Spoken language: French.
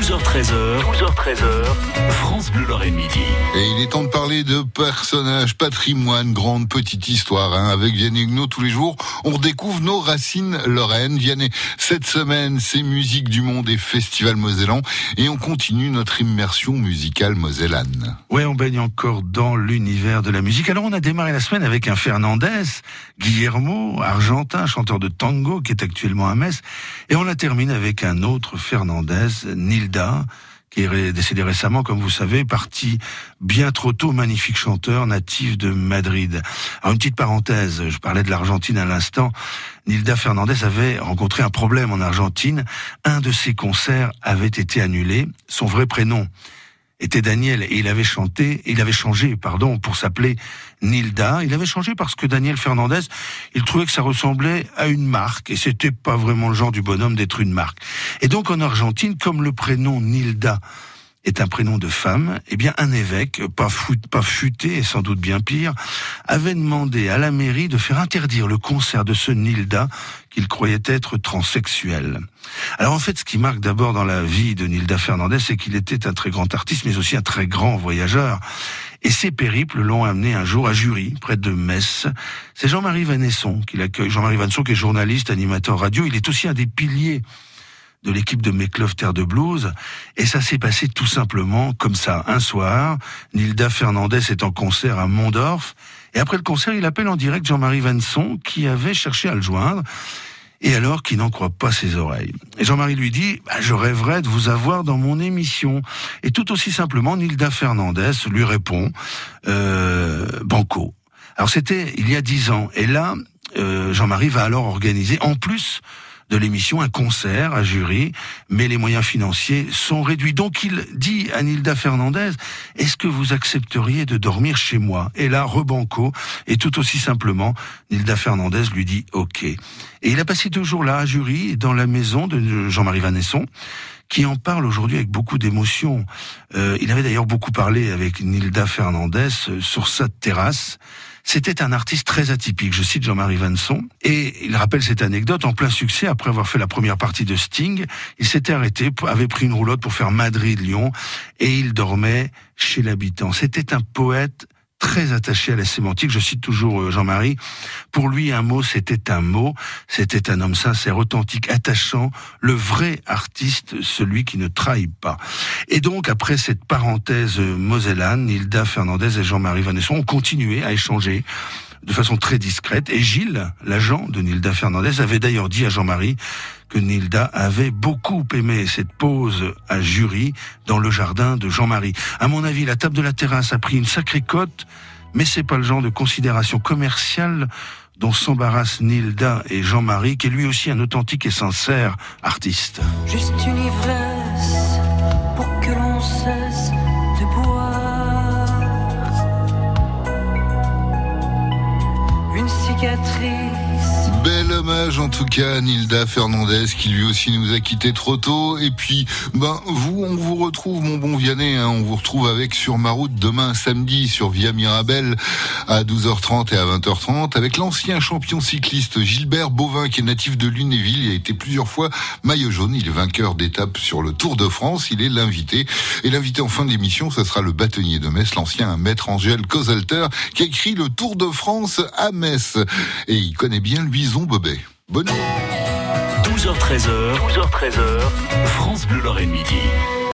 12h13h, 12h13h, France Bleu Lorraine Midi. Et il est temps de parler de personnages, patrimoine, grande petite histoire. Avec Vianney Huguenot, tous les jours, on redécouvre nos racines lorraines. Vianney, cette semaine, c'est Musique du Monde et Festival Mosellan. Et on continue notre immersion musicale mosellane. Ouais, on baigne encore dans l'univers de la musique. Alors, on a démarré la semaine avec un Fernandez, Guillermo, argentin, chanteur de tango, qui est actuellement à Metz. Et on la termine avec un autre Fernandez, Nilda, qui est décédé récemment, comme vous savez, parti bien trop tôt, magnifique chanteur, natif de Madrid. Alors, une petite parenthèse, je parlais de l'Argentine à l'instant. Nilda Fernandez avait rencontré un problème en Argentine. Un de ses concerts avait été annulé. Son vrai prénom était Daniel et il avait changé pour s'appeler Nilda. Il avait changé parce que Daniel Fernandez, il trouvait que ça ressemblait à une marque et c'était pas vraiment le genre du bonhomme d'être une marque. Et donc en Argentine, comme le prénom Nilda est un prénom de femme, eh bien un évêque, pas futé et sans doute bien pire, avait demandé à la mairie de faire interdire le concert de ce Nilda qu'il croyait être transsexuel. Alors en fait, ce qui marque d'abord dans la vie de Nilda Fernandez, c'est qu'il était un très grand artiste, mais aussi un très grand voyageur. Et ces périples l'ont amené un jour à Jury, près de Metz. C'est Jean-Marie Vanesson qui l'accueille. Jean-Marie Vanesson qui est journaliste, animateur radio. Il est aussi un des piliers de l'équipe de Meklov Terre de Blues, et ça s'est passé tout simplement comme ça. Un soir, Nilda Fernandez est en concert à Mondorf, et après le concert, il appelle en direct Jean-Marie Vanesson, qui avait cherché à le joindre, et alors qu'il n'en croit pas ses oreilles. Et Jean-Marie lui dit, je rêverais de vous avoir dans mon émission. Et tout aussi simplement, Nilda Fernandez lui répond, banco. Alors c'était il y a 10 ans, et là, Jean-Marie va alors organiser, en plus de l'émission, un concert à Jury, mais les moyens financiers sont réduits. Donc il dit à Nilda Fernandez, est-ce que vous accepteriez de dormir chez moi? Et là, rebanco, et tout aussi simplement, Nilda Fernandez lui dit ok. Et il a passé 2 jours là à Jury, dans la maison de Jean-Marie Vanesson, qui en parle aujourd'hui avec beaucoup d'émotion. Il avait d'ailleurs beaucoup parlé avec Nilda Fernandez sur sa terrasse. C'était un artiste très atypique, je cite Jean-Marie Vanesson, et il rappelle cette anecdote, en plein succès, après avoir fait la première partie de Sting, il s'était arrêté, avait pris une roulotte pour faire Madrid-Lyon, et il dormait chez l'habitant. C'était un poète très attaché à la sémantique, je cite toujours Jean-Marie, pour lui un mot c'était un mot, c'était un homme sincère, authentique, attachant, le vrai artiste, celui qui ne trahit pas. Et donc après cette parenthèse mosellane, Nilda Fernandez et Jean-Marie Vanesson ont continué à échanger de façon très discrète, et Gilles, l'agent de Nilda Fernandez, avait d'ailleurs dit à Jean-Marie que Nilda avait beaucoup aimé cette pause à Jury dans le jardin de Jean-Marie. À mon avis, la table de la terrasse a pris une sacrée cote, mais c'est pas le genre de considération commerciale dont s'embarrassent Nilda et Jean-Marie, qui est lui aussi un authentique et sincère artiste. Juste une ivresse pour que l'on cesse de boire, une cicatrice. Bel hommage en tout cas à Nilda Fernandez, qui lui aussi nous a quittés trop tôt. Et puis, on vous retrouve, mon bon Vianney, on vous retrouve avec Sur ma route demain samedi sur Via Mirabel à 12h30 et à 20h30 avec l'ancien champion cycliste Gilbert Bovin, qui est natif de Lunéville. Il a été plusieurs fois maillot jaune. Il est vainqueur d'étape sur le Tour de France. Il est l'invité. Et l'invité en fin d'émission, ce sera le bâtonnier de Metz, l'ancien maître Angèle Causalter, qui a écrit le Tour de France à Metz. Et il connaît bien Louison Bobet. Bonne nuit. 12h13h, France